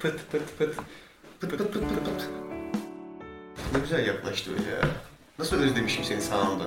Pıt pıt pıt. Pıt pıt pıt pıt pıt. Ne güzel yaklaştı öyle ya. Nasıl özlemişim seni sağımda.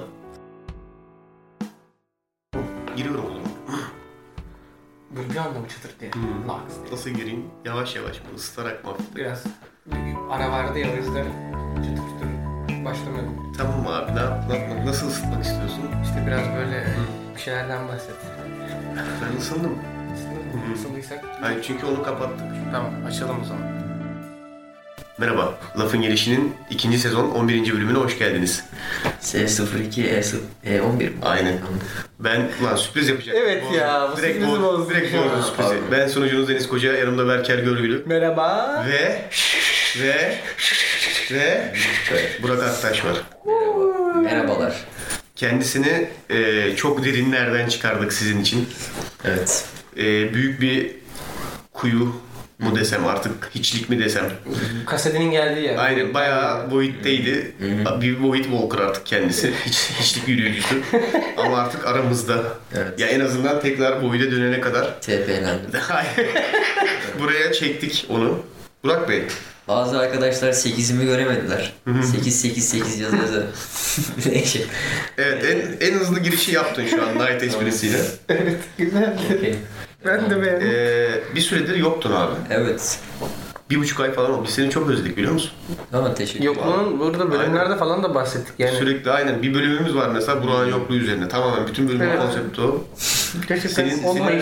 Giriyorum o zaman. Böyle bir anda mı çıtır diye? Laks diye. Nasıl gireyim? Yavaş yavaş mı? Isıtarak mı? Biraz bir ara vardı ya o yüzden çıtır çıtır başlamadım. Tamam abi nasıl ısıtmak istiyorsun? İşte biraz böyle bir şeylerden bahset. Ben ısındım. Isındıysak Hayır çünkü onu kapattık. tamam açalım o zaman. Merhaba, Lafın Gelişi'nin 2. sezon 11. bölümüne hoş geldiniz. S02, E11 mi? Aynen. Ben sürpriz yapacaktım. Evet ya, bu sürprizi bozduk. Direkt bozdum sürprizi. Pardon. Ben sunucunuz Deniz Koca, yanımda Berker Görgülü. Merhaba. Ve Burak Aktaş var. Merhabalar. Kendisini çok derinlerden çıkardık sizin için. Evet. Büyük bir kuyu mu desem artık, hiçlik mi desem. Kasetinin geldiği yer. Aynen, bayağı boyuttaydı. Bir boyut walker artık kendisi. Hiçlik yürüyücüsü. Ama artık aramızda. Evet. Ya en azından tekrar boyuta dönene kadar. TP'lendim. Buraya çektik onu. Burak Bey. Bazı arkadaşlar 8'imi göremediler. 8 yazı. Neyse. Evet, en hızlı girişi yaptın şu an Night esprisiyle. Evet güzel. Okay. Ben de beğendim. Bir süredir yoktun abi. Evet. 1,5 ay falan oldu. Biz seni çok özledik biliyor musun? Ama teşekkür ederim. Yokluğun burada bölümlerde falan da bahsettik yani. Sürekli aynen. Bir bölümümüz var mesela Burak'ın yokluğu üzerine. Tamamen bütün bölümün Evet. konsepti o. Gerçekten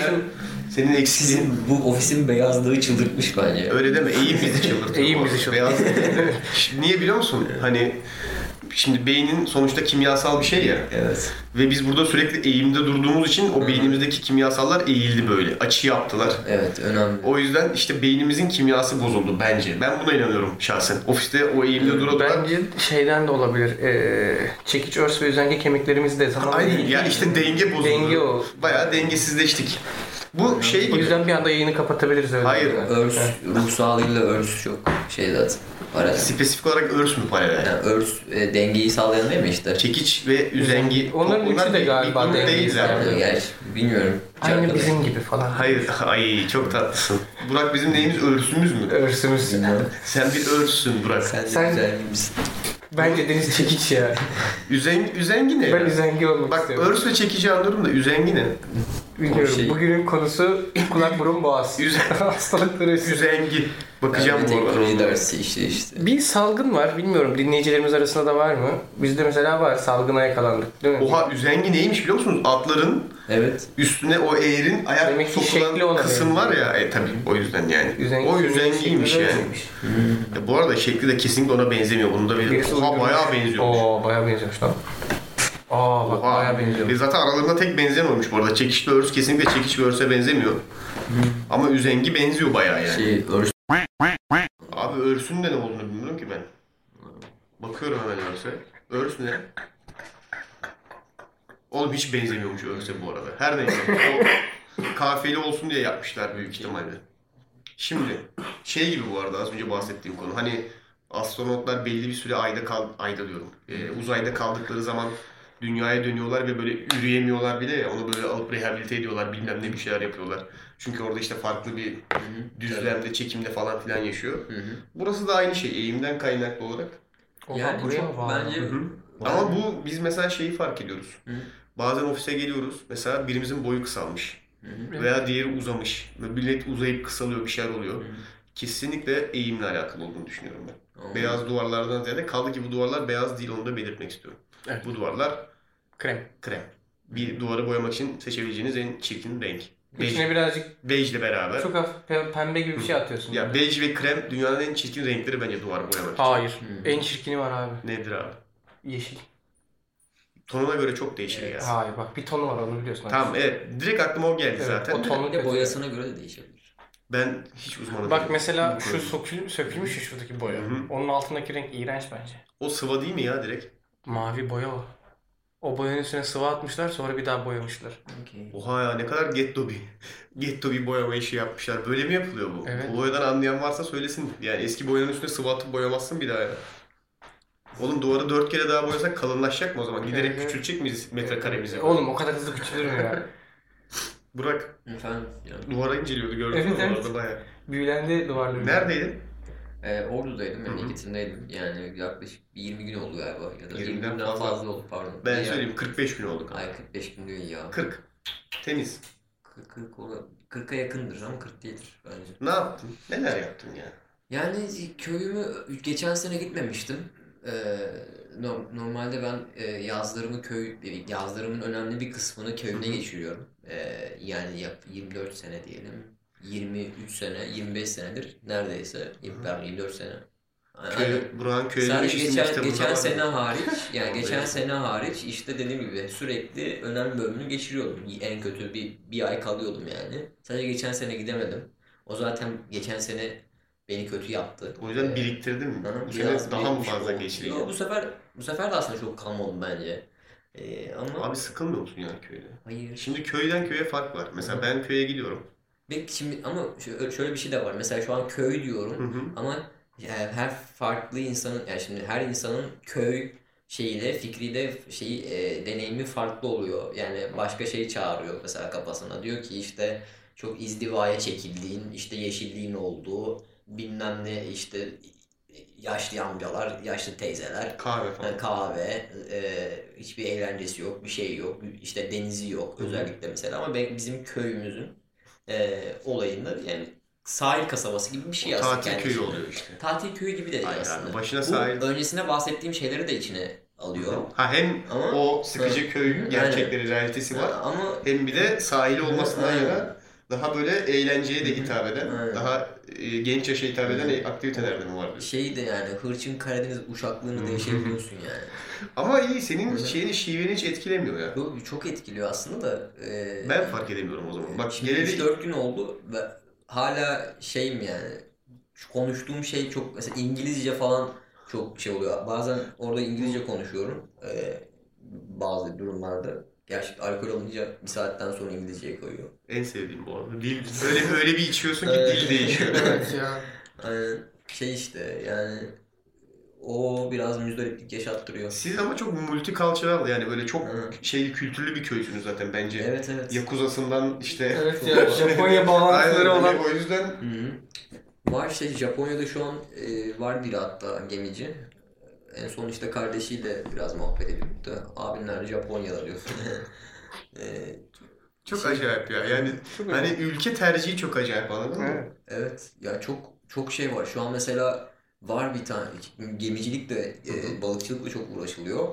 Senin eksikliğin. Sizin bu ofisin beyazlığı çıldırtmış bence. Öyle deme. Eğim bizi çıldırtıyor. Eğim bizi çıldırtıyor. Beyaz. Niye biliyor musun? Hani şimdi beynin sonuçta kimyasal bir şey ya. Evet. Ve biz burada sürekli eğimde durduğumuz için o beynimizdeki kimyasallar eğildi böyle. Açı yaptılar. Evet, önemli. O yüzden işte beynimizin kimyası bozuldu bence. Ben buna inanıyorum şahsen. Ofiste o eğimde dura. Bence şeyden de olabilir. Çekiç, örs ve üzenge kemiklerimiz de zamanla Aynen. değil. Ya işte denge bozuldu. Denge o. Bayağı dengesizleştik. Bu şey O gibi. yüzden bir anda yayını kapatabiliriz öyle. Hayır. Örs, ruh sağlığıyla örs çok şey zaten. Paralel. Spesifik olarak örs mü paralel? Yani örs dengeyi sağlayan değil mi işte? Çekiç ve üzengi. Onların üçü de galiba bir grup dengeyi değiller. sağlıyor. Gerçi bilmiyorum. Aynı bizim gibi falan. Hayır, ay çok tatlısın. Burak bizim neyimiz? Örsümüz mü? Örsümüz. Sen bir örssün Burak. Sen de Sen- güzel misin? Bence Deniz çekiç ya. Üzengi ne? Ben üzengi olmak Bak istiyorum. örs ve çekici anlıyorum da üzengi ne? Bilmiyorum. Şey- Bugünün konusu kulak burun boğaz. Hastalıkları üstüne. Üzengi. Bakacağım bu arada. Teknoloji dersi işte. Bir salgın var. Bilmiyorum dinleyicilerimiz arasında da var mı? Bizde mesela var. Salgına yakalandık. Değil mi? Oha üzengi neymiş biliyor musunuz? Atların Evet. üstüne o eğerin ayak Demek ki şekli sokulan ona kısım benziyor. var ya. Tabii o yüzden yani. Üzengi, o üzengiymiş şekli yani. öyleymiş. Bu arada şekli de kesinlikle ona benzemiyor. Bunun da Birisi Oha uydurmuş. bayağı benziyormuş. Oo bayağı benziyormuş lan. Aa bak bayağı benziyormuş. Zaten aralarında tek benzeyen olmuş bu arada. Çekişli örs kesinlikle çekiç ve örse benzemiyor. Ama üzengi benziyor bayağı yani. Örs. Abi örsün de ne olduğunu bilmiyorum ki ben. Bakıyorum hemen örse. Örs ne? Oğlum hiç benzemiyormuş örse bu arada. Her neyse. O kafiyeli olsun diye yapmışlar büyük ihtimalle. Şimdi şey gibi bu arada az önce bahsettiğim konu. Hani astronotlar belli bir süre ayda diyorum. Uzayda kaldıkları zaman dünyaya dönüyorlar ve böyle yürüyemiyorlar bile ya. Onu böyle alıp rehabilite ediyorlar. Bilmem ne bir şeyler yapıyorlar. Çünkü orada işte farklı bir düzlemde, çekimde falan filan yaşıyor. Burası da aynı şey. Eğimden kaynaklı olarak. Oha, Yani buraya çok mı bağlı? bence... Ama biz mesela şeyi fark ediyoruz. Bazen ofise geliyoruz. Mesela birimizin boyu kısalmış. Veya diğeri uzamış. Ve millet uzayıp kısalıyor, bir şeyler oluyor. Kesinlikle eğimle alakalı olduğunu düşünüyorum ben. Beyaz duvarlardan ziyade kaldı ki bu duvarlar beyaz değil, onu da belirtmek istiyorum. Evet. Bu duvarlar Krem. krem. Bir duvarı boyamak için seçebileceğiniz en çirkin renk. İçine birazcık Bejle beraber. çok hafif pembe gibi bir şey atıyorsun. Ya bej ve krem dünyanın en çirkin renkleri bence duvar boyamak için. Hayır. En çirkini var abi. Nedir abi? Yeşil. Tonuna göre çok değişir ya. Hayır bak bir tonu var onu biliyorsun. Tamam evet. Direkt aklıma o geldi Evet, zaten. o ton- Bir de boyasına göre de değişebilir. Ben hiç uzmanım Bak değilim. mesela şu sökülmüş ya şuradaki boya. Hı hı. Onun altındaki renk iğrenç bence. O sıva değil mi ya direkt? Mavi boya o. O boyanın üstüne sıvı atmışlar sonra bir daha boyamışlar. Okay. Oha ya ne kadar getto bir boyama işi yapmışlar. Böyle mi yapılıyor bu? Evet. Bu boyadan anlayan varsa söylesin. Yani eski boyanın üstüne sıvı atıp boyamazsın bir daha ya. Oğlum duvarı 4 kere daha boyasak kalınlaşacak mı o zaman? Giderek Evet. küçülecek miyiz metrekaremizi? Oğlum o kadar hızlı küçülür mü ya? Burak Efendim? Yani. duvara inceliyordu gördün Evet, mü evet. orada bayağı. Büyülendi duvarları. Neredeydin? Ordu'daydım, memleketimdeydim. Yani yaklaşık bir 20 gün oldu galiba. Ya da 20 20'den günden fazla. fazla oldu pardon. Ben Ya, söyleyeyim 45 gün oldu. Ay 45 gün değil ya. 40. Temiz. 40'a yakındır ama 40 değildir bence. Ne yaptın? Neler yaptın ya? Yani köyümü geçen sene gitmemiştim. Normalde ben yazlarımın önemli bir kısmını köyümde geçiriyorum. Yani 24 sene diyelim. 23 sene, 25 senedir neredeyse. Pardon 24 sene. Burak'ın köyü Sadece geçen var sene mı? hariç yani Orada geçen yok. sene hariç işte dediğim gibi sürekli önemli bölümünü geçiriyordum. En kötü bir ay kalıyordum yani. Sadece geçen sene gidemedim. O zaten geçen sene beni kötü yaptı. O yüzden biriktirdin mi? Aha, Bu sene biraz daha mı birikmiş fazla oldu. geçireceksin? Yo, bu sefer de aslında çok kalmadım bence. Ama Abi sıkılmıyor musun ya köyde? hayır. Şimdi köyden köye fark var. Mesela ben köye gidiyorum. Şimdi ama şöyle bir şey de var. Mesela şu an köy Hı diyorum hı. ama yani her farklı insanın yani şimdi her insanın köy şeyiyle fikriyle deneyimi farklı oluyor. Yani başka şey çağırıyor mesela kafasına. Diyor ki işte çok izdivaya çekildiğin, işte yeşilliğin olduğu, bilmem ne işte yaşlı amcalar, yaşlı teyzeler, Kahve falan. yani kahve, hiçbir eğlencesi yok, bir şey yok, işte denizi yok özellikle mesela ama bizim köyümüzün olayında yani sahil kasabası gibi bir şey aslında. Tatil kendi köyü içinde. oluyor işte. Tatil köyü gibi de değil Hayır abi, aslında. başına Bu sahil. öncesine bahsettiğim şeyleri de içine alıyor. Ha hem Ama o sıkıcı köy gerçekleri, realitesi var. Ama Hem bir de sahili olmasından Aynen. yana daha böyle eğlenceye de hitap eden, Aynen. daha genç yaşa hitap eden aktiviteler de mi var diyorsun? şey de yani hırçın Karadeniz uşaklığını değişebiliyorsun yani. Ama iyi, senin şiveni hiç etkilemiyor ya. Çok etkiliyor aslında da. Ben fark edemiyorum o zaman. Bak Şimdi geleli 3-4 gün oldu ve hala şeyim yani şu konuştuğum şey çok mesela İngilizce falan çok şey oluyor. Bazen orada İngilizce konuşuyorum bazı durumlarda. Gerçekten alkol alınca bir saatten sonra İngilizceye koyuyor. en sevdiğim bu arada. Dil öyle bir içiyorsun ki Evet. dil değişiyor. Evet ya. Aynen. Şey işte yani o biraz müzdariplik yaşattırıyor. Siz ama çok multicultural yani böyle çok Hı. kültürlü bir köysünüz zaten bence. Evet evet. Yakuza'sından işte. Evet ya. Japonya bağlantıları Aynen, olan. o yüzden Hı-hı. Var işte Japonya'da şu an var biri hatta gemici. En son işte kardeşiyle biraz muhabbet ediyorduk da abimler Japonya'da diyor. E, çok Şey- acayip ya. Yani Çok hani ülke tercihi çok acayip, anladın mı? Evet. evet ya çok şey var. Şu an mesela var bir tane gemicilikle balıkçılıkla çok uğraşılıyor.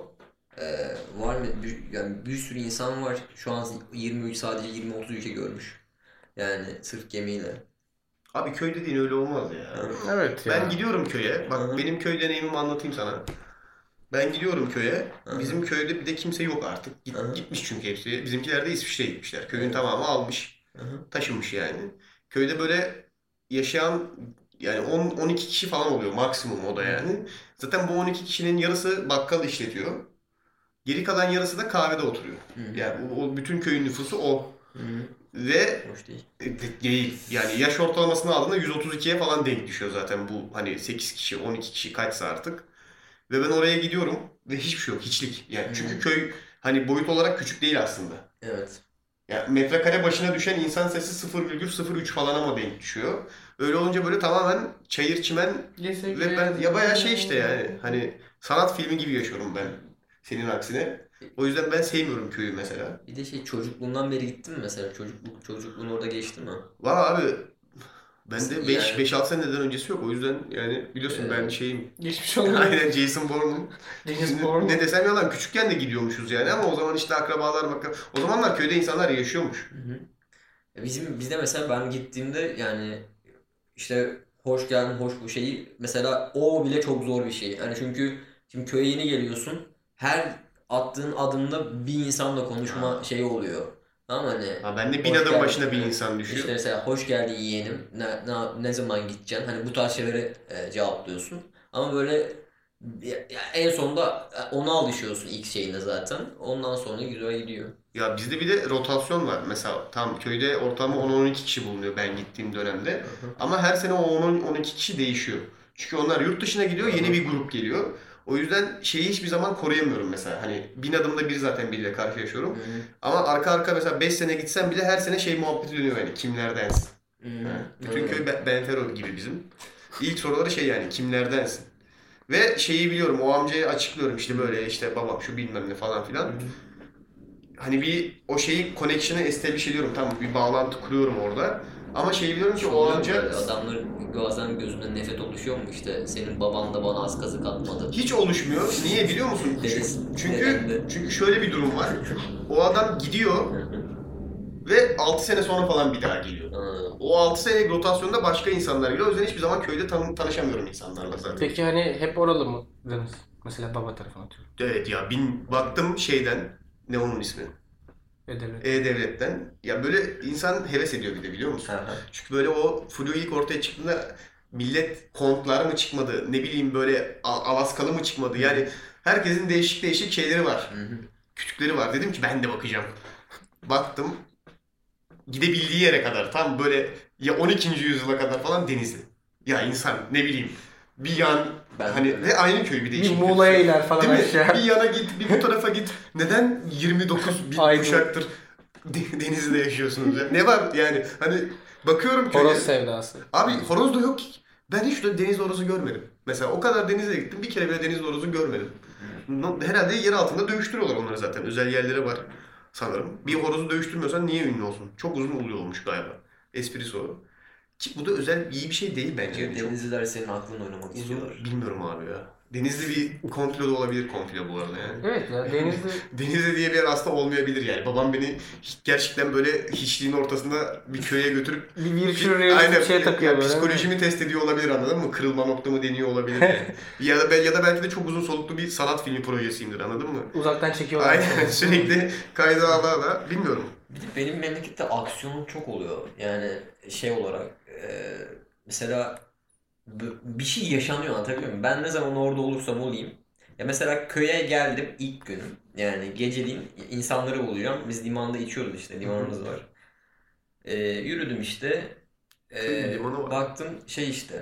Var mı yani bir sürü insan var. Şu an 23 sadece 20-30 ülke görmüş. Yani sırf gemiyle. Abi köy dediğin öyle olmaz ya. Evet ya. Ben gidiyorum köye. Bak Hı. benim köy deneyimimi anlatayım sana. Ben gidiyorum köye. Hı. Bizim köyde bir de kimse yok artık. Hı. Gitmiş çünkü hepsi. Bizimkiler de İsviçre'ye gitmişler. Köyün Evet. tamamı almış. Hı-hı. Taşınmış yani. Köyde böyle yaşayan yani 10-12 kişi falan oluyor maksimum, o da yani. Zaten bu 12 kişinin yarısı bakkal işletiyor. Geri kalan yarısı da kahvede oturuyor. Hı. Yani o bütün köyün nüfusu o. Hı-hı. Ve Hoş değil. değil. Yani yaş ortalamasını aldığında 132'ye falan denk düşüyor zaten bu hani 8 kişi 12 kişi kaçsa artık. Ve ben oraya gidiyorum ve hiçbir şey yok, hiçlik. Yani çünkü köy hani boyut olarak küçük değil aslında. Evet. Yani metrekare başına düşen insan sayısı 0,03 falan ama denk düşüyor. Öyle olunca böyle tamamen çayır çimen ve ben ya bayağı şey işte yani hani sanat filmi gibi yaşıyorum ben senin aksine. O yüzden ben sevmiyorum köyü mesela. Bir de çocukluğundan beri gittin mi mesela? Çocukluğun orada geçti mi? Valla abi bende Yani- 5-6 seneden öncesi yok, o yüzden yani biliyorsun ben şeyim. Geçmiş olsun. Aynen Jason Bourne'um. Deniz Şimdi Bourne. ne desem yalan, küçükken de gidiyormuşuz yani ama o zaman işte akrabalar o zamanlar köyde insanlar yaşıyormuş. Hı hı. Bizde mesela ben gittiğimde yani işte hoş geldin hoş bu şeyi mesela o bile çok zor bir şey. Yani çünkü şimdi köye yeni geliyorsun. Her attığın adımda bir insanla konuşma şeyi oluyor. Tamam mı? Hani Ha, ben de 1000 hoş adım geldin. başına bir insan düşüyor. İşte mesela hoş geldin yeğenim. Ne zaman gideceksin? Hani bu tarz şeyleri cevaplıyorsun. Ama böyle en sonunda ona alışıyorsun ilk şeyine zaten. Ondan sonra güzel gidiyor. Ya bizde bir de rotasyon var. Mesela tam köyde ortalama 10-12 kişi bulunuyor ben gittiğim dönemde. Ama her sene o 10-12 kişi değişiyor. Çünkü onlar yurt dışına gidiyor, yeni bir grup geliyor. O yüzden şeyi hiçbir zaman koruyamıyorum mesela. Hani 1000 adımda bir zaten biriyle karşılaşıyorum. Ama arka mesela 5 sene gitsem bile her sene şey muhabbeti dönüyor yani kimlerdensin. Bütün köy Benfero gibi bizim. İlk soruları şey yani kimlerdensin? Ve şeyi biliyorum o amcaya açıklıyorum işte böyle işte babam şu bilmem ne falan filan. Hani bir o şeyi connection'ı establish ediyorum tamam bir bağlantı kuruyorum orada. Ama şeyi biliyorum ki o amca adamların bazen gözünde nefret oluşuyor mu işte senin baban da bana az kazık atmadı. hiç oluşmuyor. Niye biliyor musun? Deniz Çünkü nedendi. çünkü şöyle bir durum var. O adam gidiyor ve 6 sene sonra falan bir daha geliyor. O 6 senelik rotasyonda başka insanlar geliyor. O yüzden hiçbir zaman köyde tanışamıyorum insanlarla zaten. Peki hani hep oralı mı Deniz? Mesela baba tarafına atıyorum. Evet ya baktım şeyden ne onun ismi? Devlet. E-Devlet'ten. Ya böyle insan heves ediyor bir de biliyor musun? Çünkü böyle o flu ilk ortaya çıktığında millet kontlar mı çıkmadı, ne bileyim böyle Alaskalı mı çıkmadı? Yani herkesin değişik değişik şeyleri var. Kütükleri var. Dedim ki ben de bakacağım. Baktım. Gidebildiği yere kadar tam böyle ya 12. yüzyıla kadar falan Denizli. Ya insan ne bileyim bir yan hani ve aynı köy bir de Bir işin Muğla'ya kötüsü. iner falan Değil mi? aşağı. Bir yana git, bir bu tarafa git. Neden 29 bin Aydın. kuşaktır Denizli'de yaşıyorsunuz ya? Ne var yani? Hani bakıyorum köye. Horoz sevdası. Abi horoz da yok ki. Ben hiç de deniz horozu görmedim. Mesela o kadar denize gittim bir kere bile deniz horozu görmedim. Herhalde yer altında dövüştürüyorlar onları zaten. Özel yerleri var sanırım. Bir horozu dövüştürmüyorsan niye ünlü olsun? Çok uzun oluyor olmuş galiba. Esprisi o. Ki bu da özel iyi bir şey değil bence. Yani Denizliler senin aklınla oynamak istiyorlar. Bilmiyorum abi ya. Denizli bir komplo da olabilir komplo bu arada yani. Evet ya Denizli... Denizli diye bir yer aslında olmayabilir yani. Babam beni gerçekten böyle hiçliğin ortasında bir köye götürüp bir sürü şey takıyor yani böyle. psikolojimi test ediyor olabilir anladın mı? Kırılma noktamı deniyor olabilir. Yani. ya da belki de çok uzun soluklu bir sanat filmi projesiyimdir anladın mı? Uzaktan çekiyorlar. Aynen sürekli kayda ala bilmiyorum. Bir de benim memlekette aksiyon çok oluyor. Yani şey olarak mesela bir şey yaşanıyor anlatabiliyor muyum? Ben ne zaman orada olursam olayım. Ya mesela köye geldim ilk günüm. Yani geceliğin insanları bulacağım. Biz limanda içiyoruz işte limanımız var. Yürüdüm işte. Limanı var. Baktım şey işte.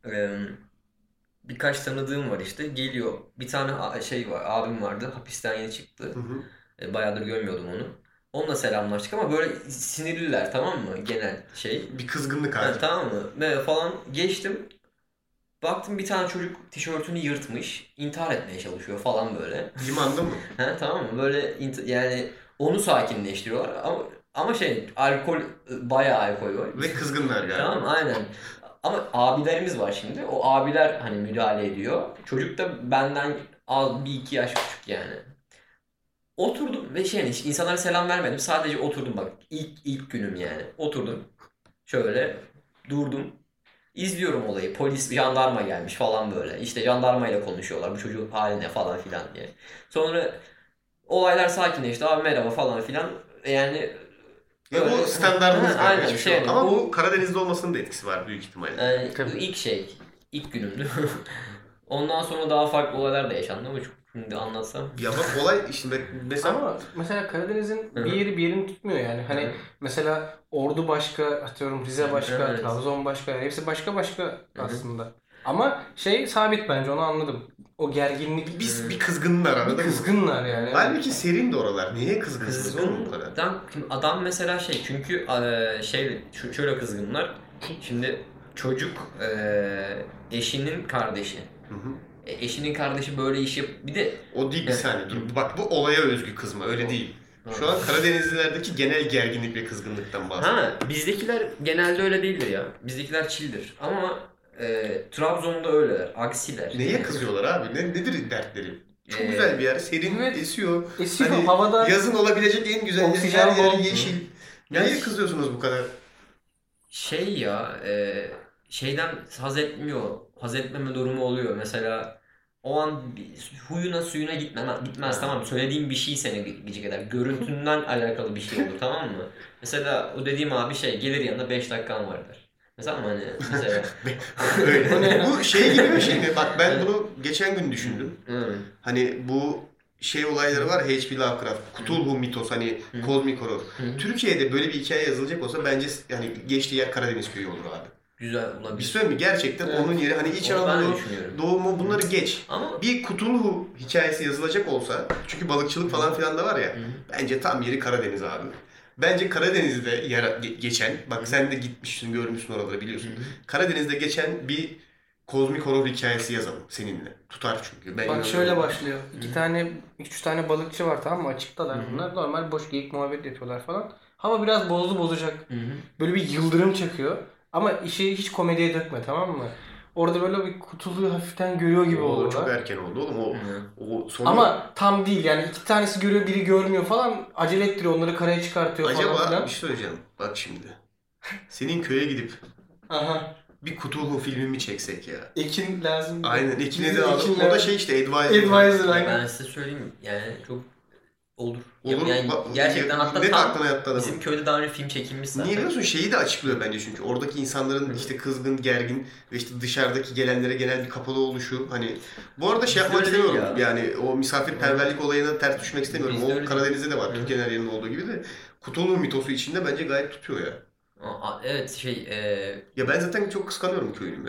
Birkaç tanıdığım var işte. Geliyor. Bir tane şey var. Abim vardı. Hapisten yeni çıktı. Bayağıdır görmüyordum onu. Onunla selamlaştık ama böyle sinirliler tamam mı? Genel şey. Bir kızgınlık abi. Yani, tamam mı? Ve falan geçtim. Baktım bir tane çocuk tişörtünü yırtmış. İntihar etmeye çalışıyor falan böyle. Limanda mı? Tamam mı? Böyle yani onu sakinleştiriyorlar ama şey alkol bayağı alkol var. Ve kızgınlar galiba. Tamam aynen. Ama abilerimiz var şimdi. O abiler hani müdahale ediyor. Çocuk da benden az bir iki yaş küçük yani. Oturdum ve şey insanlara selam vermedim. Sadece oturdum bak. İlk günüm yani. Oturdum. Şöyle durdum. İzliyorum olayı. Polis, jandarma gelmiş falan böyle. İşte jandarmayla konuşuyorlar. Bu çocuğun haline falan filan diye. Sonra olaylar sakinleşti. Abi merhaba falan filan. Yani ya bu standartımız aynen galiba. şey. Ama bu Karadeniz'de olmasının da etkisi var büyük ihtimalle. İlk günümdü. Ondan sonra daha farklı olaylar da yaşandı ama çok şimdi anlatsam. Ya bak olay işte mesela... Ama mesela Karadeniz'in bir yeri bir yerini tutmuyor yani. Hani mesela Ordu başka, atıyorum Rize başka, Evet. Trabzon başka. Hepsi başka başka aslında. Ama şey sabit bence onu anladım. O gerginlik. Bir kızgınlar anladın mı? Kızgınlar yani. Halbuki serin de oralar. Niye kızgınsınız oğlum bu kadar? Adam mesela şey çünkü şöyle kızgınlar. Şimdi çocuk eşinin kardeşi. Eşinin kardeşi böyle iş bir de... O değil bir saniye dur. Bak bu olaya özgü kızma öyle değil. Şu an Karadenizlilerdeki genel gerginlik ve kızgınlıktan bahsediyorum. Bizdekiler genelde öyle değildir ya. Bizdekiler chill'dir. Ama Trabzon'da öyleler. Aksiler. Neye kızıyorlar abi? Nedir dertleri? Çok güzel bir yer. Serin esiyor. Esiyor hani havada. Yazın olabilecek en güzel yer. Oksijen Her yer bol. yeşil. Neye kızıyorsunuz bu kadar? Şey ya şeyden haz etmeme durumu oluyor. Mesela o an huyuna suyuna gitmez tamam mı? Söylediğim bir şey seni gıcık eder. Görüntünden alakalı bir şey olur tamam mı? Mesela o dediğim abi gelir yanında 5 dakikan var der. Mesela hani mesela. Öyle. Bu şey gibi bir şey mi? Bak ben bunu geçen gün düşündüm. Hani bu şey olayları var H.P. Lovecraft, Cthulhu mitos hani kozmik horror. Türkiye'de böyle bir hikaye yazılacak olsa bence yani geçtiği yer Karadeniz köyü olur abi. Güzel olabilir. Bir söyleyeyim mi? Gerçekten onun yeri hani İç Anadolu, Doğu bunları geç. Ama bir Cthulhu hikayesi yazılacak olsa çünkü balıkçılık falan filan da var ya bence tam yeri Karadeniz abi. Bence Karadeniz'de geçen, bak sen de gitmişsin, görmüşsün oraları, biliyorsun. Karadeniz'de geçen bir kozmik horror hikayesi yazalım seninle. Tutar çünkü. Ben Bak şöyle başlıyor. 3 tane balıkçı var, tamam mı? Açıktalar bunlar. Normal boş geyik muhabbet yapıyorlar falan. Hava biraz bozacak. Böyle bir yıldırım çakıyor. Ama işi hiç komediye dökme, tamam mı? Orada böyle bir kutuluyu hafiften görüyor gibi O oluyorlar. çok erken oldu oğlum. O sonra... Ama tam değil yani, 2 tanesi görüyor, biri görmüyor falan, acele ettiriyor, onları karaya çıkartıyor falan Acaba filan. bir şey söyleyeceğim. Bak şimdi. Senin köye gidip Aha. bir Cthulhu filmi mi çeksek ya? Ekin lazım. Aynen, Ekin'i Bizim de aldım. Ekin'le- O da şey işte, Advisor. Advisor Ya aynen. ben size söyleyeyim yani çok olur. Olur. Yani gerçekten hatta net tam aklına yattı adamın. bizim köyde daha önce film çekilmiş zaten. Niye biliyorsun? Şeyi de açıklıyor bence çünkü. Oradaki insanların işte kızgın, gergin ve işte dışarıdaki gelenlere genel bir kapalı oluşu. Hani bu arada şey yapmak Bizde öyle değil istemiyorum. Yani o misafirperverlik olayına ters düşmek istemiyorum. Bizde O öyle Karadeniz'de de var. değil. Türkiye'nin her yerinde olduğu gibi de. Cthulhu mitosu içinde bence gayet tutuyor ya. Evet Ya ben zaten çok kıskanıyorum köyümü.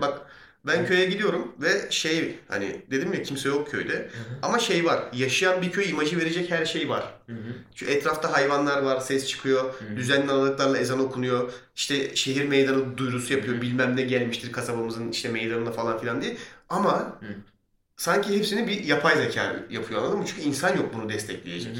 Ben köye gidiyorum ve şey, hani dedim ya, kimse yok köyde. Ama şey var. Yaşayan bir köy imajı verecek her şey var. Şu etrafta hayvanlar var, ses çıkıyor. Düzenli aralıklarla ezan okunuyor. İşte şehir meydanı duyurusu yapıyor. Bilmem ne gelmiştir kasabamızın işte meydanına falan filan diye. Ama sanki hepsini bir yapay zeka yapıyor, anladın mı? Çünkü insan yok bunu destekleyecek.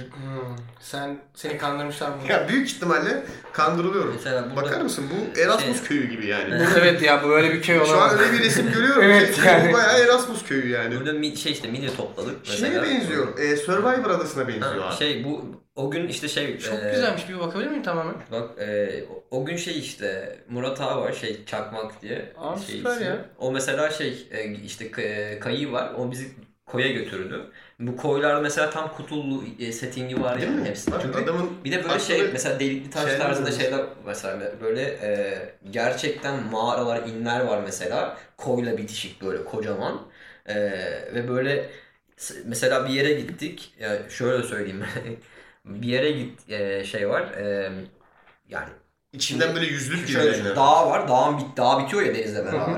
Seni kandırmışlar bunu. Ya büyük ihtimalle kandırılıyorum. Mesela burada- Bakar mısın? Bu Erasmus köyü gibi yani. Evet ya, bu böyle bir köy olamaz. Şu an öyle bir resim görüyorum. Evet, yani. Bayağı Erasmus köyü yani. Burada işte midye topladık Şeye mesela. benziyor. Survivor adasına benziyor Ha, abi. o gün işte Çok güzelmiş, bir bakabilir miyim tamamen? Bak o gün işte Murat Ağa var Çakmak diye. Aa, şey süper ismi. ya. O mesela işte kayığı var. O bizi koya götürdü. Bu koylarda mesela tam Cthulhu settingi var Değil yani mi? hepsinde. Bak, Çünkü adamın bir de böyle aklına mesela delikli taş şeyler tarzında var. şeyler mesela böyle gerçekten mağaralar, inler var mesela. Koyla bitişik böyle kocaman. Ve böyle mesela bir yere gittik. Ya şöyle söyleyeyim. Bir yere şey var. Yani içinden böyle yüzlük gibi şöyle düşünüyorum. dağ var. Dağ bitiyor ya denizle beraber.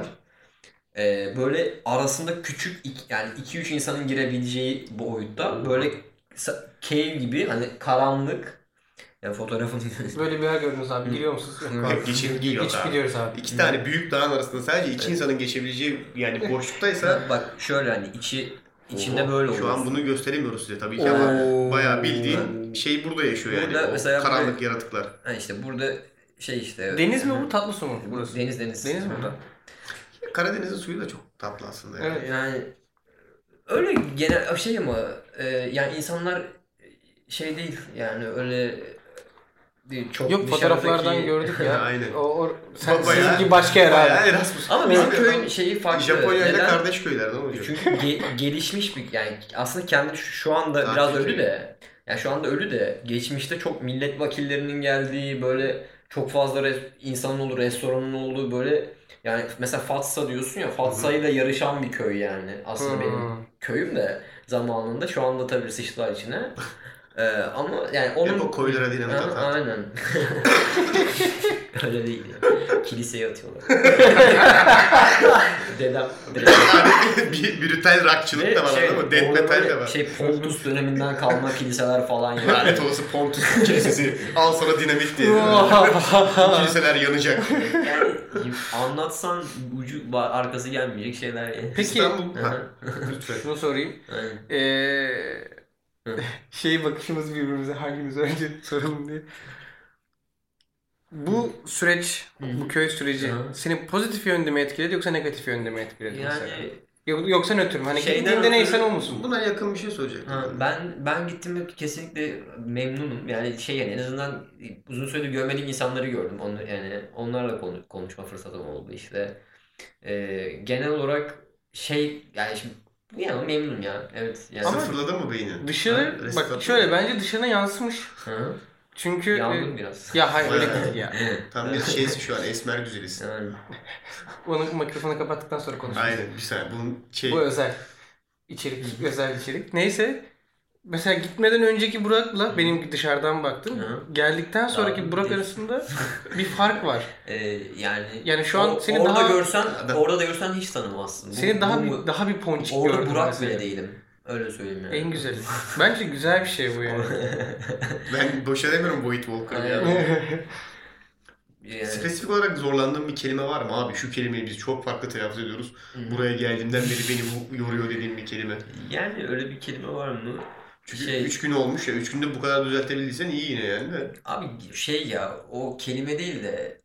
Böyle arasında küçük yani 2-3 insanın girebileceği boyutta böyle cave gibi hani karanlık. Yani fotoğrafını Böyle bir yer gördünüz abi, biliyor musunuz? Hep geçip gidiyoruz Geçip abi. gidiyoruz abi. İki tane büyük dağın arasında sadece iki insanın geçebileceği yani boşluktaysa bak şöyle hani içinde böyle olur. şu an bunu gösteremiyoruz size tabii ki ama bayağı bildiğin şey burada yaşıyor yani. Burada O mesela karanlık yaratıklar. Ha işte burada işte Deniz mi bu, tatlı su mu burası? Deniz. Deniz mi? burada. Karadeniz'in suyu da çok tatlı aslında yani. Evet. Yani öyle genel ama yani insanlar şey değil yani öyle değil, çok Yok, fotoğraflardan dışarıdaki- gördük ya. Aynen. Sizinki başka yer Bayağı abi. Erasmus. Ama bizim Abi köyün adam şeyi farklı. Japonya ile Neden? kardeş köyler, ne olacak? Çünkü gelişmiş bir yani aslında kendi şu anda Tatil biraz köyü. ölü de yani şu anda ölü de geçmişte çok milletvekillerinin geldiği böyle çok fazla insanın olduğu, restoranın olduğu böyle yani mesela Fatsa diyorsun ya, Fatsa ile yarışan bir köy yani aslında benim köyüm de zamanında, şu anda tabii sıçtılar içine. Ama yani onun Hep o koylara dinamit atar. aynen. Öyle değil yani. Kiliseye atıyorlar. Dedem. bir brutal rockçılık da var ama death orada metal böyle de var. Pontus döneminden kalma kiliseler falan yani. Lanet olası Pontus kilisesi. Al sana dinamit diye. Kiliseler yanacak. Yani anlatsan ucu arkası gelmeyecek şeyler yani. Peki, İstanbul. Ha, lütfen. şunu sorayım. Aynen. Bakışımız birbirimize hangimiz önce soralım diye. Bu süreç, bu köy süreci seni pozitif yönde mi etkiledi yoksa negatif yönde mi etkiledi mesela? Yani Yoksa nötr mü? Hani Şeyden gittiğinde neysen ötürü- o musun? Buna yakın bir şey söyleyecektim. ben gittiğimde kesinlikle memnunum. Yani yani en azından uzun süredir görmediğim insanları gördüm. Yani onlarla konuşma fırsatım oldu işte. Genel olarak yani şimdi yani memnunum ya. Evet yani. Ama Sıfırladın mı beyni? Dışarı, bak şöyle, bence dışarına yansımış. Hı. Çünkü Yandım biraz. ya hayır öyle değil ya. Tam bir şeysi şu an, esmer güzelisin. Yani. Onu mikrofonu kapattıktan sonra konuşuruz. Aynen, bir saniye. Bunun Bu özel içerik, özel içerik. Neyse. Mesela gitmeden önceki Burak'la benim dışarıdan baktım. Geldikten sonraki Daha Burak değil. arasında bir fark var. Yani şu an seni orada daha- orada görsen hiç tanımazsın. Seni daha bir ponçik orada gördüm Burak mesela. bile değilim. Öyle söyleyeyim yani. En güzeli. Bence güzel bir şey bu yani. Ben boşa demiyorum Void Walker ya. Yani, Spesifik olarak zorlandığım bir kelime var mı abi? Şu kelimeyi biz çok farklı telaffuz ediyoruz. Buraya geldiğimden beri beni bu yoruyor dediğim bir kelime. yani öyle bir kelime var mı? Çünkü 3 gün olmuş ya. 3 günde bu kadar düzeltebildiysen iyi yine yani de. Abi şey ya, o kelime değil de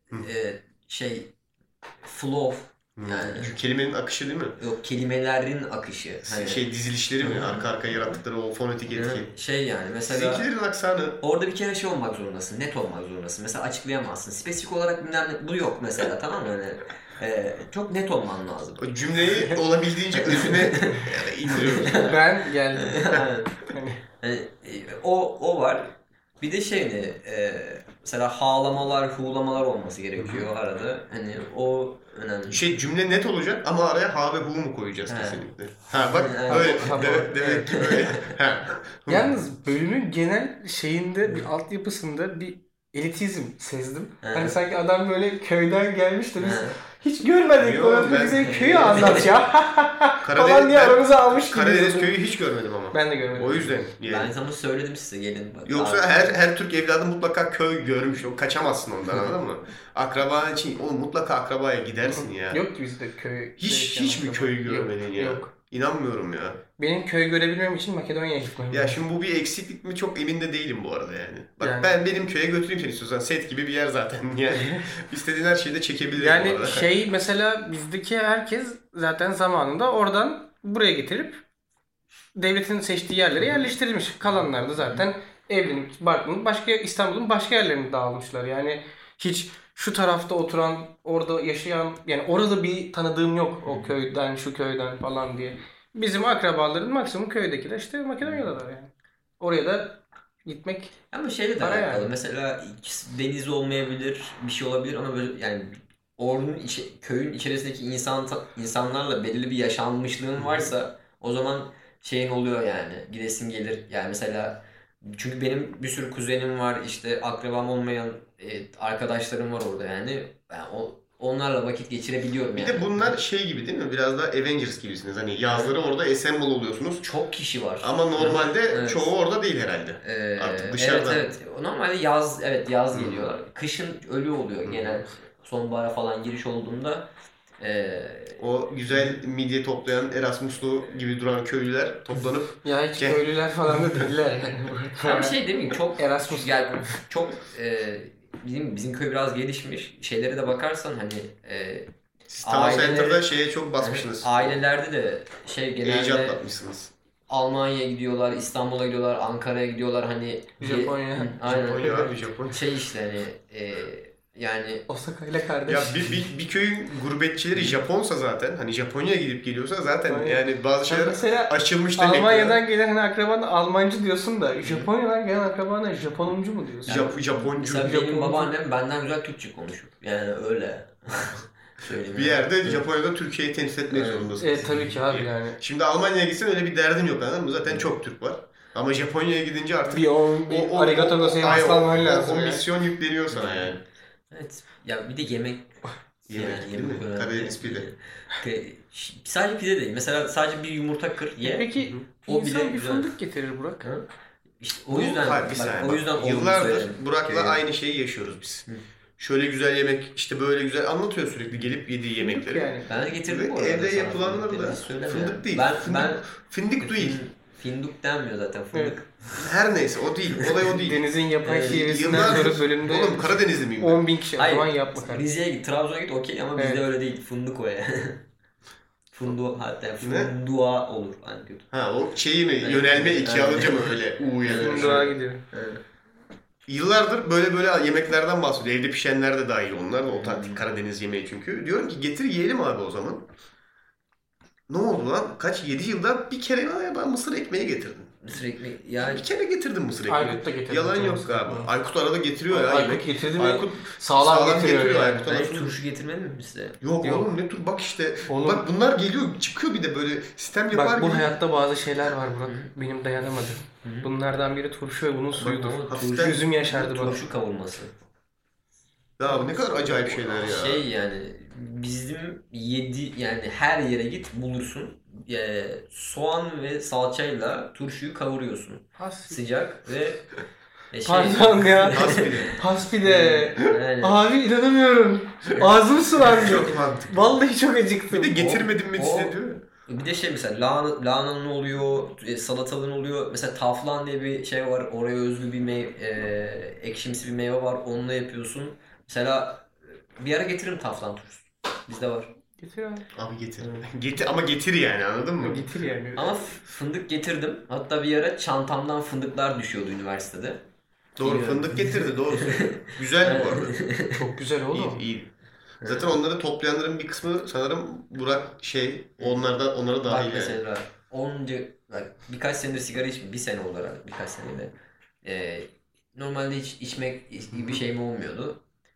flow yani. Çünkü kelimenin akışı değil mi? Yok, kelimelerin akışı. Hani, Dizilişleri mi? Arka arkaya yarattıkları o fonetik etki. şey yani mesela Sizinkilerin aksanı. orada bir kere şey olmak zorundasın. Net olmak zorundasın. Mesela açıklayamazsın. Spesifik olarak bilmem ne, bu yok mesela, tamam mı? Hani, çok net olman lazım. O cümleyi olabildiğince özüne indiriyoruz. Ben geldim. Hani, o var. Bir de mesela hağlamalar, huğlamalar olması gerekiyor arada. Hani o önemli. Cümle net olacak ama araya ha ve hu mu koyacağız kesinlikle. Ha bak Evet. öyle. Ha, Demek ki böyle. Ha. Yalnız bölümün genel şeyinde, bir altyapısında bir elitizm sezdim. Hani sanki adam böyle köyden gelmiş de biz hiç görmedik. Yok, Orada ben- bize köyü anlat ya. falan diye ben aramıza almış gibi. Karadeniz köyü hiç görmedim ama. Ben de görmedim. O yüzden yani. Ben sana söyledim size, gelin bak. Yoksa Abi. her Türk evladı mutlaka köy görmüş. O kaçamazsın ondan, anladın mı? Akraba için oğlum mutlaka akrabaya gidersin ya. Yok ki bizde köy. Hiç mi köyü görmedin ya? Yok. İnanmıyorum ya. Benim köy görebilmem için Makedonya'ya gitmem. Ya şimdi bu bir eksiklik mi çok emin de değilim bu arada yani. Bak Yani. ben benim köye götüreyim seni istiyorsan. Set gibi bir yer zaten yani. İstediğin her şeyi de çekebilirim bu Yani arada. mesela bizdeki herkes zaten zamanında oradan buraya getirip devletin seçtiği yerlere yerleştirilmiş. Kalanlar da zaten evlenip barklanıp İstanbul'un başka yerlerine dağılmışlar. Yani hiç şu tarafta oturan, orada yaşayan, yani orada bir tanıdığım yok o köyden, şu köyden falan diye. Bizim akrabaların maksimum köydekiler işte Makedonya'dalar yani. Oraya da gitmek Ama şeyle de para alakalı. yani. Mesela deniz olmayabilir, bir şey olabilir ama böyle yani köyün içerisindeki insanlarla belirli bir yaşanmışlığın varsa o zaman şeyin oluyor yani. Gidesin gelir. Yani mesela çünkü benim bir sürü kuzenim var, işte akrabam olmayan arkadaşlarım var orada yani. Onlarla vakit geçirebiliyorum Bir yani. de bunlar şey gibi değil mi? Biraz da Avengers gibisiniz. Hani yazları orada assemble oluyorsunuz. Çok kişi var. Ama normalde Evet. çoğu orada değil herhalde. Artık dışarıda. Evet. Normalde yaz geliyorlar. Kışın ölü oluyor genel. Sonbahara falan giriş olduğunda. O güzel midye toplayan Erasmuslu gibi duran köylüler toplanıp Ya hiç köylüler falan da değiller yani. Tam şey değil mi? Çok Erasmus. yani çok bizim köy biraz gelişmiş. Şeylere de bakarsan hani Town Center'da şeye çok basmışsınız. ailelerde de Age genelde atlatmışsınız. Almanya'ya gidiyorlar, İstanbul'a gidiyorlar, Ankara'ya gidiyorlar hani Japonya. Aynen. Japonya abi Japonya. Şey işte hani yani Osaka ile kardeş. Ya bir köyün gurbetçileri Japonsa zaten, hani Japonya'ya gidip geliyorsa zaten Aynen. yani bazı şeyler mesela açılmış demek. Almanya'dan gelen hani akrabana Almancı diyorsun da Japonya'dan gelen akrabana Japonumcu mu diyorsun? Japoncu. mesela benim Japonca. babaannem benden güzel Türkçe konuşuyor. Yani öyle. Söyleyeyim Bir yani. yerde Japonya'da Türkiye'yi temsil etmek zorundasın. Tabii ki abi yani. Şimdi Almanya'ya gitsen öyle bir derdin yok, anladın mı? Zaten çok Türk var. Ama Japonya'ya gidince artık Bir arigato gozaimasu alman lazım o yani. misyon yükleniyor sana yani. Evet. Ya bir de yemek. Yemek değil mi? önemli. Karadeniz pide. Sadece pide değil. Mesela sadece bir yumurta kır ye. Peki O bir bile insan bir güzel. fındık getirir Burak. Hı? İşte o yüzden Hayır, bir saniye. o yüzden Bak, olduğunu yıllardır söyledim. Burak'la Köyde. aynı şeyi yaşıyoruz biz. Şöyle güzel yemek, işte böyle güzel anlatıyor sürekli gelip yediği yemekleri. Yani. Ben de getirdim bu arada. Evde sana yapılanları fındık da dediğini söyleme fındık yani. değil. Ben Fındık değil. fındık denmiyor zaten, fındık. Her neyse o değil. Olay o değil. Deniz'in yapay şivesinden Yıllardır, sonra bölümde oğlum Karadenizli miyim ben? 10.000 kişi o Hayır. zaman yapma kardeşim. Rize'ye git, Trabzon'a git okey ama bizde Evet. öyle değil. Fındık o ya. Fundu hatta Ne? funduğa olur hani kötü. Ha o şeyi mi? Yönelme ikiye alınca mı öyle U'ya Fındığa gidiyor. Yıllardır böyle yemeklerden bahsediyor. Evde pişenler de dahil, onlar da otantik Karadeniz yemeği çünkü. Diyorum ki getir yiyelim abi o zaman. Ne oldu lan? 7 yılda bir kere ben mısır ekmeği getirdim. Mısır ekmeği yani Bir kere getirdim mısır ekmeği. Aykut da getirdi. Yalan yok galiba. Aykut arada getiriyor ya Aykut yemek. getirdi mi? Aykut Sağlam getiriyor yani. Aykut'a ben lafını- hiç turşu getirmedim mi size? Yok Yok. oğlum ne tur bak işte. Oğlum. Bak bunlar geliyor çıkıyor bir de böyle sistem yapar Bak bu gibi. hayatta bazı şeyler var Burak. Benim dayanamadım. Bunlardan biri turşu ve bunun suyudur. Ama Hafiften- Yüzüm yaşardı bak. Turşu kavurması. Ya ne kadar acayip şeyler ya. Şey yani bizim yani her yere git bulursun. Soğan ve salçayla turşuyu kavuruyorsun. Sıcak ve Pardon ya. Hasbili. Haspide. Yani, Abi inanamıyorum. Ağzım sulandı. Çok mantıklı. Vallahi çok acıktım. Bir de getirmedim mi size diyor ya. bir de şey mesela lahananın oluyor, salatalığın oluyor. Mesela taflan diye bir şey var. Oraya özgü bir ekşimsi bir meyve var. Onunla yapıyorsun. Mesela bir ara getiririm taflan turşusu. Bizde var. Getir abi. Abi getir. Getir ama getir yani, anladın mı? Getir yani. Ama fındık getirdim. Hatta bir ara çantamdan fındıklar düşüyordu üniversitede. Doğru, Bilmiyorum. fındık getirdi, doğru söylüyor. Güzel bu arada. Çok güzel oğlum. İyi, iyi. Zaten onları toplayanların bir kısmı sanırım Burak onlara dahil Bak yani. mesela birkaç senedir sigara içmiyorum. Bir sene olarak birkaç senede. Normalde hiç içmek gibi bir şeyim olmuyordu.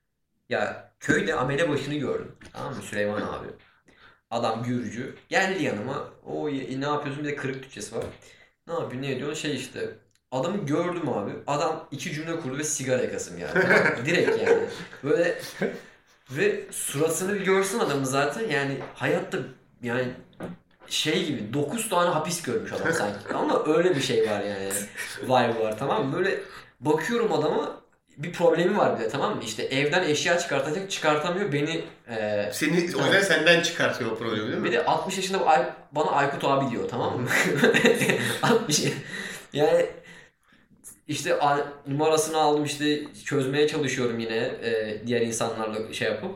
Ya köyde amele başını gördüm. Tamam mı? Süleyman abi. Adam Gürcü. Geldi yanıma. Ne yapıyorsun? Bir de kırık Türkçesi var. Ne yapıyor? Ne ediyor? Şey işte. Adamı gördüm abi. Adam 2 cümle kurdu ve sigara yakasım yani. Tamam mı? Direkt yani. Böyle ve suratını bir görsen adamı zaten yani hayatta yani şey gibi 9 tane hapis görmüş adam sanki. Ama öyle bir şey var yani. Vibe var, tamam mı? Böyle bakıyorum adama, bir problemi var bir de, tamam mı? İşte evden eşya çıkartacak, çıkartamıyor. Beni Seni o yüzden senden çıkartıyor o problemi, değil mi? bir de 60 yaşında bana Aykut abi diyor, tamam mı? 60 yani işte numarasını aldım, işte çözmeye çalışıyorum yine diğer insanlarla şey yapıp.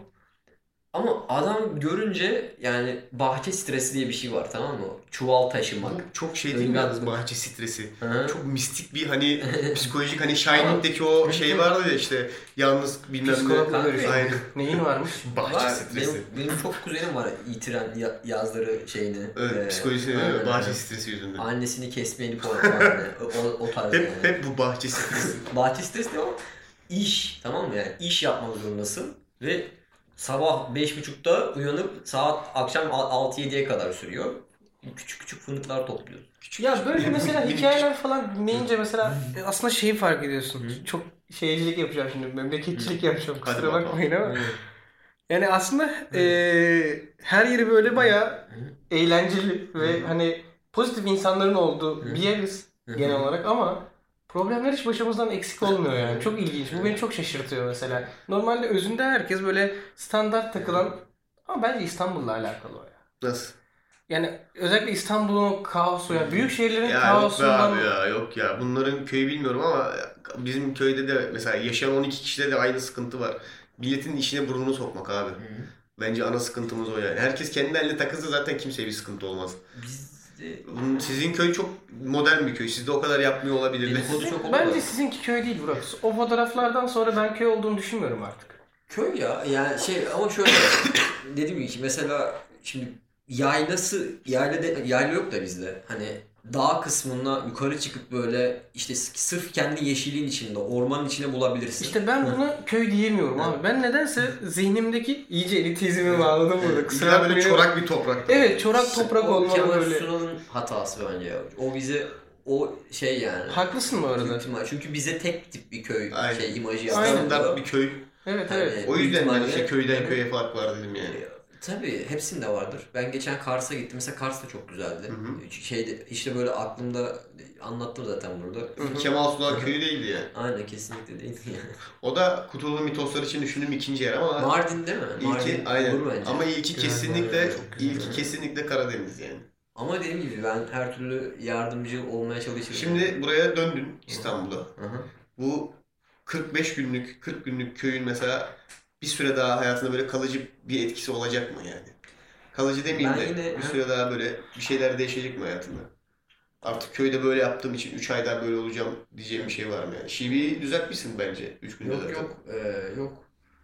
Ama adam görünce yani bahçe stresi diye bir şey var, tamam mı? Çuval taşımak. Bu çok şey değil mi yalnız, Ölmez. bahçe stresi? Hı. Çok mistik bir hani psikolojik, hani Shining'deki o şey vardı ya işte, yalnız bilmem ne. Psikologla Kanka, görüştüm. aynen. Neyin varmış? Bahçe Var. stresi. Benim çok kuzenim var yitiren yazları şeyini. Evet, psikolojisi aynen. bahçe stresi yüzünden. Annesini kesmeyeni falan yani. O tarz yani. Hep bu bahçe stresi. Bahçe stresi değil ama iş, tamam mı yani? İş yapmak zorundasın ve sabah 5.30'da uyanıp saat akşam 6-7'ye kadar sürüyor. Küçük küçük fındıklar topluyorsun. Ya böyle mesela minik- hikayeler falan dinleyince mesela aslında şeyi fark ediyorsun. Çok şeycilik yapacağım şimdi. Memleketçilik yapacağım. Hadi Kusura bakalım. bakmayın ama. Yani aslında her yeri böyle bayağı eğlenceli ve hani pozitif insanların olduğu bir yeriz genel olarak ama problemler hiç başımızdan eksik olmuyor yani. Çok ilginç. Bu beni çok şaşırtıyor mesela. Normalde özünde herkes böyle standart takılan ama bence İstanbul'la alakalı o ya. Nasıl? Yani özellikle İstanbul'un o kaosu ya büyük şehirlerin Ya yok be kaosundan abi ya, yok ya. Bunların köyü bilmiyorum ama bizim köyde de mesela yaşayan 12 kişide de aynı sıkıntı var. Milletin işine burnunu sokmak abi. Bence ana sıkıntımız o yani. Herkes kendi eline takılsa zaten kimseye bir sıkıntı olmaz. Sizin köy çok modern bir köy. Sizde o kadar yapmıyor olabilirler. Bence sizinki köy değil Burak. O fotoğraflardan sonra ben köy olduğunu düşünmüyorum artık. Köy ya yani şey ama şöyle dediğim gibi mesela şimdi yayla yok da bizde. Hani dağ kısmına yukarı çıkıp böyle işte sırf kendi yeşilliğin içinde, ormanın içine bulabilirsin. İşte ben buna köy diyemiyorum abi. Ben nedense zihnimdeki iyice elitizmi bağladım burada. Kusura Güzel böyle bakmayın. çorak bir toprak. Evet, çorak toprak O olmalı Kemal böyle. Sunal'ın hatası bence ya. O bize o şey yani. Haklısın bu arada. Büyük ihtimal. Çünkü bize tek tip bir köy Aynen. imajı Aynen. Standart bir köy. Evet Yani evet. O yüzden büyük hani ihtimalle- işte köyden köye fark var dedim yani. Tabii hepsinde vardır. Ben geçen Kars'a gittim. Mesela Kars da çok güzeldi. İşte böyle aklımda anlattım zaten burada. Kemal Sunal köyü değildi yani. Aynen, kesinlikle değil yani. O da Kutulu Mitoslar için düşündüğüm ikinci yer ama Mardin değil mi? ilki aynen. olur bence. Ama ilki kesinlikle çok güzel. ilki kesinlikle Karadeniz yani. Ama dediğim gibi ben her türlü yardımcı olmaya çalışırım. Şimdi buraya döndün İstanbul'a. Hı. Bu 40 günlük köyün mesela bir süre daha hayatında böyle kalıcı bir etkisi olacak mı yani? Kalıcı demeyeyim Ben de yine- bir süre daha böyle bir şeyler değişecek mi hayatında? Artık köyde böyle yaptığım için 3 ayda böyle olacağım diyeceğim bir şey var mı yani? Şiveyi düzeltmişsin bence 3 günde Yok zaten. yok.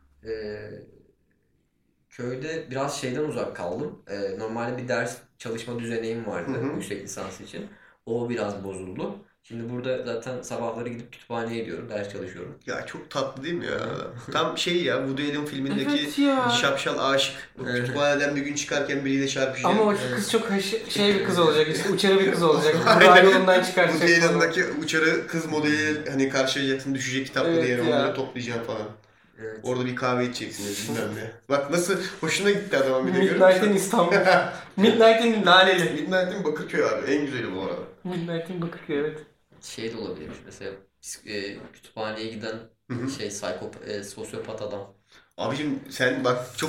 Köyde biraz şeyden uzak kaldım. Normalde bir ders çalışma düzeneğim vardı yüksek lisans için. O biraz bozuldu. Şimdi burada zaten sabahları gidip kütüphaneye gidiyorum, ders çalışıyorum. Ya çok tatlı değil mi ya? Tam şey ya, Woody Allen filmindeki Evet ya. şapşal aşık. Kütüphaneden bir gün çıkarken biriyle çarpışıyor. Ama o kız çok şey bir kız olacak işte uçarı bir kız olacak. Burak'ı yolundan çıkaracak Woody falan. Allen'daki uçarı kız modeli hani karşılayacaksın, düşecek kitapları Evet yerine ya. onları toplayacaksın falan. Evet. Orada bir kahve içeceksiniz bilmem ne. Bak nasıl hoşuna gitti adamın bir de görüyor Midnight'in musun? İstanbul. Midnight'in Laleli. Midnight'in Bakırköy abi. En güzeli bu arada. Midnight'in Bakırköy evet. Şey de olabilirmiş mesela kütüphaneye giden sosyopat adam. Abicim sen bak çok...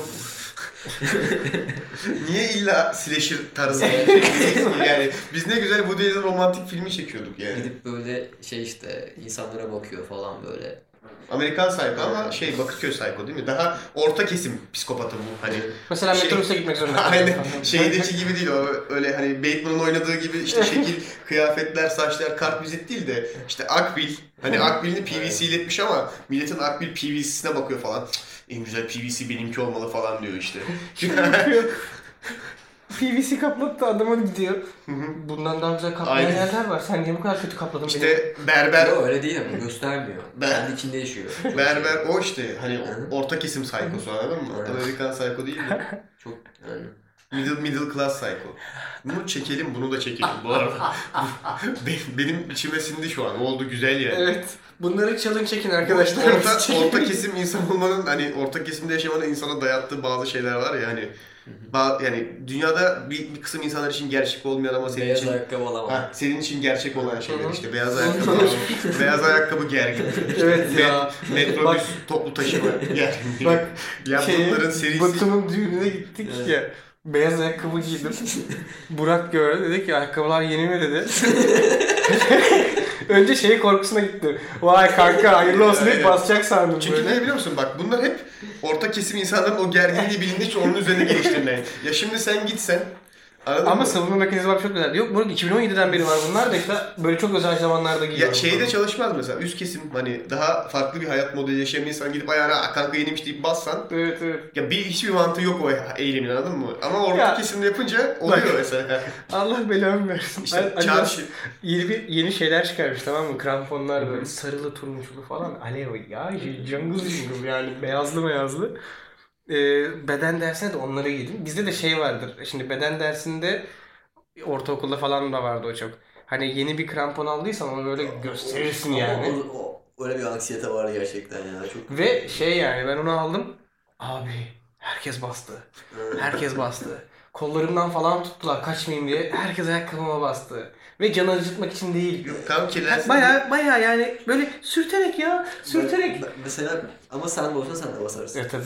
Niye illa slasher tarzı? Yani biz ne güzel Woody Allen romantik filmi çekiyorduk yani. Gidip böyle insanlara bakıyor falan böyle. Amerikan Psycho ama Bakırköy Psycho değil mi? Daha orta kesim psikopatı bu hani. Mesela metrobüse gitmek zorunda. Aynen. Şeydeki gibi değil o öyle hani Bateman'ın oynadığı gibi işte şekil, kıyafetler, saçlar, kartvizit değil de işte akbil. Hani akbilini PVC iletmiş ama milletin akbil PVC'sine bakıyor falan. En güzel PVC benimki olmalı falan diyor işte. PVC kaplattı adama gidiyor. Bundan daha güzel kaplayan Aynen. yerler var. Sen niye bu kadar kötü kapladın beni? İşte berber. Yok öyle değil ama göstermiyor. Kendi içinde yaşıyor. Çok Berber o işte hani orta kesim psychosu anladın mı? Aynen. Amerikan psycho değil de. Çok yani. Middle class psycho. Bunu çekelim, bunu da çekelim bu arada. Benim içime sindi şu an. Oldu güzel yani. Evet. Bunları challenge çekin arkadaşlar. Orta kesim insan olmanın hani orta kesimde yaşamanın insana dayattığı bazı şeyler var ya hani yani dünyada bir kısım insanlar için gerçek olmayan ama senin Beyaz için ayakkabı alamam. senin için gerçek olan şeyler işte beyaz ayakkabı, beyaz ayakkabı gergin. Evet ya. Metrobüs Bak- toplu taşıma gergin. Bak ya bunların serisi. Batu'nun düğününe gittik Evet. ya. Beyaz ayakkabı giydim. Burak gördü dedi ki ayakkabılar yeni mi dedi. Önce korkusuna gitti. Vay kanka hayırlı olsun deyip Aynen. basacak sandım Çünkü böyle. ne biliyor musun bak bunlar hep orta kesim insanların o gerginliği bilindiği onun üzerine geliştirilen. Ya şimdi sen gitsen anladın Ama mı? savunma mekanizması çok güzel. Yok Burak 2017'den beri var bunlar da işte böyle çok özel zamanlarda giyiyorum. Ya şeyde çalışmaz mesela üst kesim hani daha farklı bir hayat modeli yaşayan bir insan gidip ayağına kanka yeniymiş deyip bassan Evet evet. ya hiçbir mantığı yok o eylemin anladın mı? Ama orta Ya. kesimde yapınca oluyor mesela. Allah belamı versin. İşte Adidas çarşı. yeni şeyler çıkarmış tamam mı? Kramponlar böyle sarılı turunçlu falan. Alev ya cıngız cıngız yani beyazlı. Beden dersine de onları giydim. Bizde de vardır. Şimdi beden dersinde ortaokulda falan da vardı o çok. Hani yeni bir krampon aldıysan onu böyle gösterirsin yani. Öyle bir anksiyete var gerçekten ya. Çok. Ve yani ben onu aldım. Abi herkes bastı. Herkes bastı. Kollarımdan falan tuttular kaçmayayım diye. Herkes ayakkabıma bastı. Ve canı acıtmak için değil. Tam kirlensin. Baya yani böyle sürterek ya. Sürterek. Mesela ama sen de olsa sen de basarsın. Evet tabii.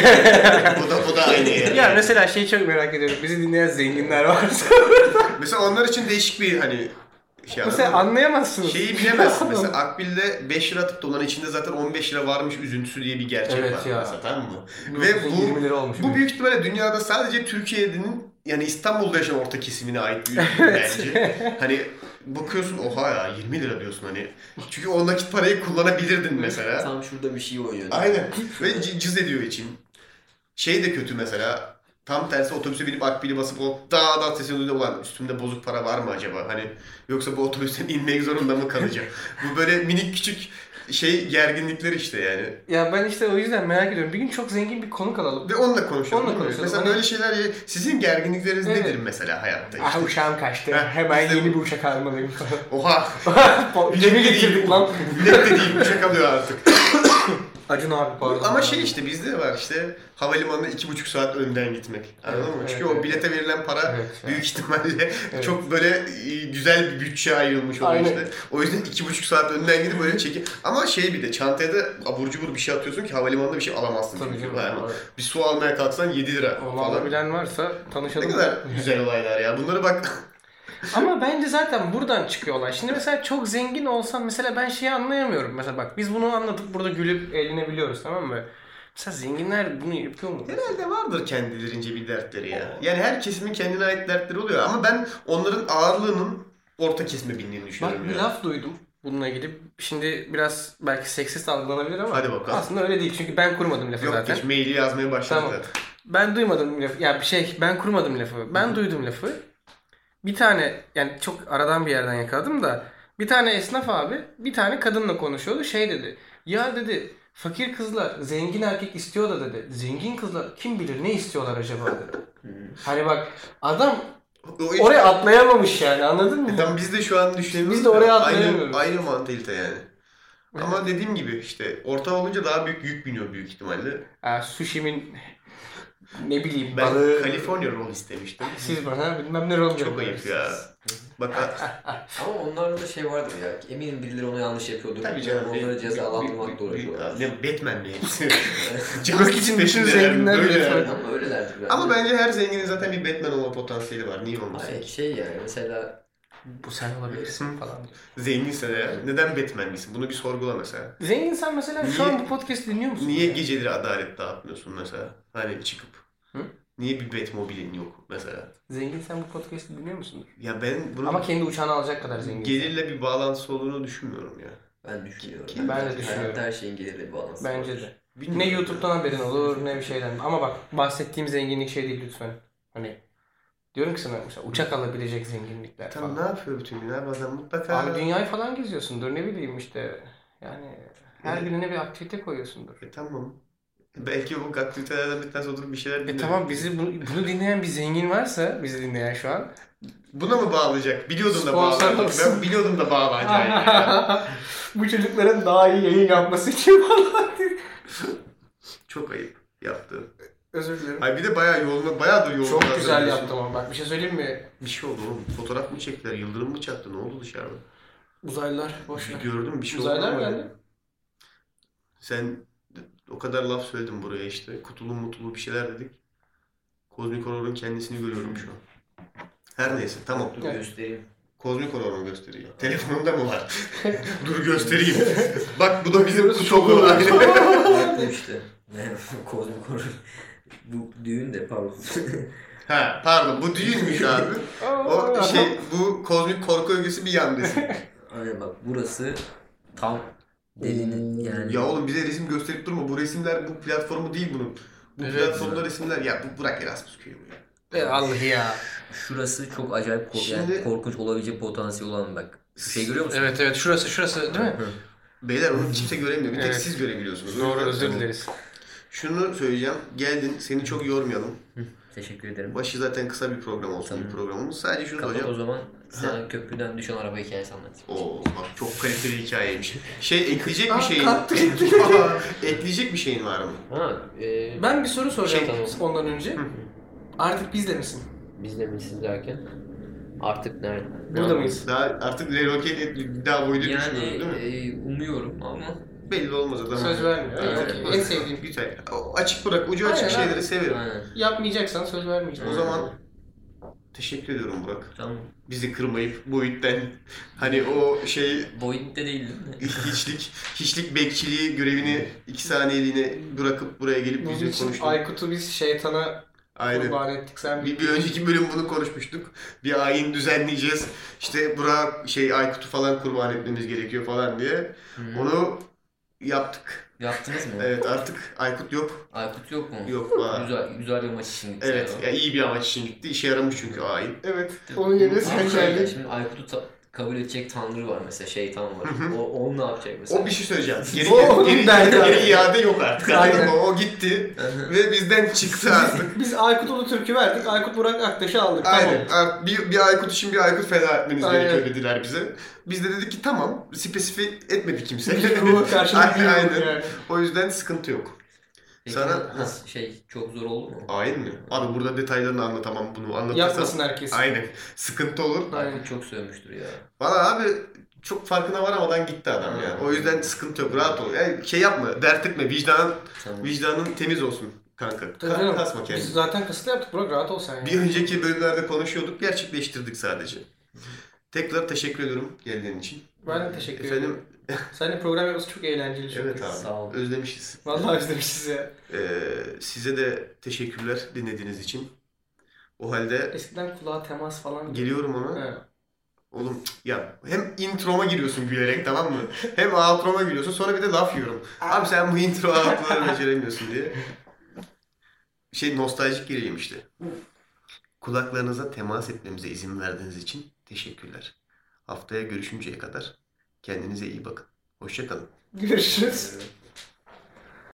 O da aynı yani. Ya mesela çok merak ediyorum. Bizi dinleyen zenginler varsa. Mesela onlar için değişik bir hani şey Mesela anladın mı? anlayamazsınız. Şeyi bilemezsin mesela Akbil'de 5 lira atıp dolan içinde zaten 15 lira varmış üzüntüsü diye bir gerçek Evet var ya. mesela tamam mı? Ve Ve 20 lira olmuş. bu büyük ihtimalle dünyada sadece Türkiye'nin yani İstanbul'da yaşayan orta kesimine ait bir üzüntü bence. Hani bakıyorsun oha ya 20 lira diyorsun hani. Çünkü o nakit parayı kullanabilirdin mesela. Tam şurada bir şey oynuyor. Aynen. Ve cız ediyor için. Şey de kötü mesela. Tam tersi otobüse binip akbili basıp o dağ sesini duyduğunda ulan üstümde bozuk para var mı acaba? Hani yoksa bu otobüsten inmek zorunda mı kalacağım? Bu böyle minik küçük gerginlikler işte yani. Ya ben işte o yüzden merak ediyorum. Bir gün çok zengin bir konuk alalım. Ve onunla konuşalım. Onunla değil mi? konuşalım. Mesela Hani- böyle şeyler sizin gerginlikleriniz Evet. nedir mesela hayatta işte? Ah uçağım kaçtı. Heh, Hemen biz de- yeni bir uçak almalıyım falan. Oha! Gemi getirdik lan. Bilet de değil uçak alıyor artık. Acun abi pardon. Ama işte bizde var işte havalimanına 2,5 saat önden gitmek. Anladın mı? Evet, Çünkü evet, o bilete verilen para Evet, büyük ihtimalle çok böyle güzel bir bütçe ayrılmış oluyor Aynen. işte. O yüzden 2,5 saat önden gidip böyle çekip ama bir de çantaya da abur cubur bir şey atıyorsun ki havalimanında bir şey alamazsın. Tabii çünkü. canım. Yani bir su almaya kalksan 7 lira Onu falan. bilen varsa Ne tanışalım. kadar güzel olaylar ya. Bunları bak. Ama bence zaten buradan çıkıyor olay. Şimdi mesela çok zengin olsan mesela ben anlayamıyorum. Mesela bak biz bunu anlatıp burada gülüp eğlenebiliyoruz tamam mı? Mesela zenginler bunu yapıyor mu? Herhalde vardır kendilerince bir dertleri ya. Yani her kesimin kendine ait dertleri oluyor ama ben onların ağırlığının orta kesime bindiğini Bak düşünüyorum bir ya. laf duydum bununla ilgili. Şimdi biraz belki seksist algılanabilir ama Hadi bakalım. aslında öyle değil. Çünkü ben kurmadım lafı Yok zaten. geç maili yazmaya başladı Tamam. zaten. Ben duymadım lafı. Ya ben kurmadım lafı. Ben duydum lafı. Bir tane yani çok aradan bir yerden yakaladım da bir tane esnaf abi bir tane kadınla konuşuyordu. Dedi. Ya dedi fakir kızlar zengin erkek istiyor da dedi. Zengin kızlar kim bilir ne istiyorlar acaba dedi. Hani bak adam O işte- oraya atlayamamış yani anladın mı? Tam biz de şu an düşünüyoruz. Biz de oraya atlayamıyoruz. Aynı mantalite yani. Ama dediğim gibi işte orta olunca daha büyük yük biniyor büyük ihtimalle. Sushi'min ne bileyim Ben balığı. California roll istemiştim. Siz bana bilmem ne roll Çok ayıp ya. Bak Ama onlarda da şey vardır ya. Eminim birileri onu yanlış yapıyordur. tabii canım. Onları cezalandırmakla uğraşıyorlar. Ne Batman mi hepsi? Burak için bütün zenginler böyle Batman. yani. Ama öylelerdir bence. Ama bence her zenginin zaten bir Batman olma potansiyeli var. Niye olmasın? Hayır, şey yani mesela Bu sen olabilirsin falan diyor. Zenginsen eğer neden Batman değilsin? Bunu bir sorgula mesela. Zengin sen mesela şu Niye- an bu podcast dinliyor musun? Niye geceleri adalet dağıtmıyorsun mesela? Hani çıkıp. Hı? Niye bir Batmobile'in yok mesela? Zengin sen bu podcast'i dinliyor musun? Ya ben bunun Ama kendi uçağını alacak kadar zengin. gelirle bir bağlantısı olduğunu düşünmüyorum ya. ben düşünüyorum. Ki- ben de düşünüyorum. Hayatta her şeyin gelirle bir bağlantısı Bence var. de. Bilmiyorum Ne ya. YouTube'dan haberin olur ne bir şeyden. Ama bak bahsettiğim zenginlik şey değil lütfen. Hani diyorum ki sana mesela uçak alabilecek zenginlikler Tam ne falan. yapıyor bütün gün abi adam mutlaka. Abi dünyayı falan geziyorsundur ne bileyim işte. Yani her Evet. gününe bir aktivite koyuyorsundur. Tamam. Belki o aktivitelerden bir tanesi oturup bir şeyler dinler. Tamam bunu dinleyen bir zengin varsa bizi dinleyen şu an. Buna mı bağlayacak? Biliyordum da Sponsor bağlayacak. olsun. Ben biliyordum da bağlayacağını ya. Bu çocukların daha iyi yayın yapması için falan. Çok ayıp yaptı. Özür dilerim. Ay bir de bayağıdır yoluna Çok güzel hazırlıyorsun. yaptım ama bak bir şey söyleyeyim mi? Bir şey oldu oğlum. Fotoğraf mı çektiler? Yıldırım mı çaktı? Ne oldu dışarıda? Uzaylılar boş ver. Gördün bir şey oldu Uzaylılar ama. geldi. Sen o kadar laf söyledin buraya işte. Kutulu mutulu bir şeyler dedik. Kozmik Horror'un kendisini görüyorum şu an. Her neyse tamam. Dur göstereyim. Kozmik Horror mu gösteriyor? Telefonunda mı var? Dur göstereyim. Bak bu da bizim şoku. Farklı işte. Kozmik Horror. Bu düğün de pardon. Ha pardon bu düğünmüş abi. O şey bu kozmik korku ögesi bir yan resim. Aynen bak burası tam derin yani. Ya oğlum bize resim gösterip durma. Bu resimler bu platformu değil bunun. Bu Evet. platformda resimler ya bu bırak Erasmus köyü bu ya. Vallahi ya. Şurası çok acayip Şimdi- yani korkunç olabilecek potansiyeli olan bak. Şey görüyor musun? Evet şurası değil mi? Beyler onu kimse göremiyor. Bir tek Evet. siz görebiliyorsunuz. Doğru O yüzden- özür dileriz. Şunu söyleyeceğim. Geldin seni çok yormayalım. Teşekkür ederim. Başı zaten kısa bir program olsun Tamam. bir programımız. Sadece şunu Kapat o söyleyeceğim. zaman sana köprüden düşen araba hikayesi anlatayım. Oo bak çok kaliteli hikayeymiş. Ekleyecek bir şeyin. kalktı Ekleyecek bir şeyin var mı? Ha, Ben bir soru soracağım Tamam. ondan önce. Artık bizde misin? Biz de misiniz derken artık nerede? Burada mıyız? Daha artık relocate et bir daha boyunca düşünüyoruz Yani değil mi? umuyorum ama Belli olmaz adam. Söz vermiyor. Evet. Okey. En sevdiğim. Güzel. Açık bırak. Ucu açık Aynen, şeyleri aynen. severim. aynen. Yapmayacaksan söz vermeyeceğim. O zaman teşekkür ediyorum Burak. Tamam. Bizi kırmayıp bu itten hani o şey Boyut'ta değil mi? hiçlik bekçiliği görevini 2 saniyeliğine bırakıp buraya gelip Bunun bizle için konuştun. Aykut'u biz şeytana Aynen. kurban ettik. Sen Bir önceki bölüm bunu konuşmuştuk. Bir ayin düzenleyeceğiz. İşte Burak Aykut'u falan kurban etmemiz gerekiyor falan diye. Onu yaptık. Yaptınız mı? Evet artık Aykut yok. Aykut yok mu? Yok var. Güzel bir maç için gitti. Evet ya. ya iyi bir amaç için gitti. İşe yaramış çünkü ayin. Evet. Onun yerine sen Ama geldin. şimdi Aykut'u kabul edecek tanrı var mesela, şeytan var. Onu ne yapacak mesela? O bir şey söyleyeceğim. O onun derdi. Geri iade yok artık. Aynen. Anladın mı? O gitti ve bizden çıktı artık. Biz Aykut Ulutürk'ü verdik. Aykut Burak Aktaş'ı aldık. Aynen. Tamam. Bir Aykut için bir Aykut feda etmeniz Aynen. gerekiyor dediler bize. Biz de dedik ki tamam. Spesifik etmedi kimse. Bu karşılık bir Aynen. yani. O yüzden sıkıntı yok. Peki Sana- nasıl çok zor oldu mu? Ayin mi? Abi burada detaylarını anlatamam bunu. Yapmasın Anlatırsam herkes. aynen. Sıkıntı olur. Aynen. Aykut çok sövmüştür ya. Valla abi çok farkına varamadan gitti adam ya. O yüzden sıkıntı yok. Rahat ol. Yani şey yapma. Dert etme. Tamam. Vicdanın temiz olsun kanka. Tabii canım. Kasma kendini. Biz zaten kasıtlı yaptık Burak, rahat ol sen yani. Bir önceki bölümlerde konuşuyorduk. Gerçekleştirdik sadece. Tekrar teşekkür ediyorum geldiğin için. Ben de teşekkür ederim. Efendim Seninle program yapması çok eğlenceli çünkü. evet abi. Sağ ol. Özlemişiz. Vallahi özlemişiz ya. Size de teşekkürler dinlediğiniz için. O halde Eskiden kulağa temas falan. geliyorum ona. He. Oğlum ya hem introma giriyorsun gülerek tamam mı? Hem outro'ma giriyorsun sonra bir de laf yiyorum. Abi sen bu intro outro'ları beceremiyorsun diye. Nostaljik gireyim işte. Kulaklarınıza temas etmemize izin verdiğiniz için teşekkürler. Haftaya görüşünceye kadar kendinize iyi bakın. Hoşça kalın. Görüşürüz.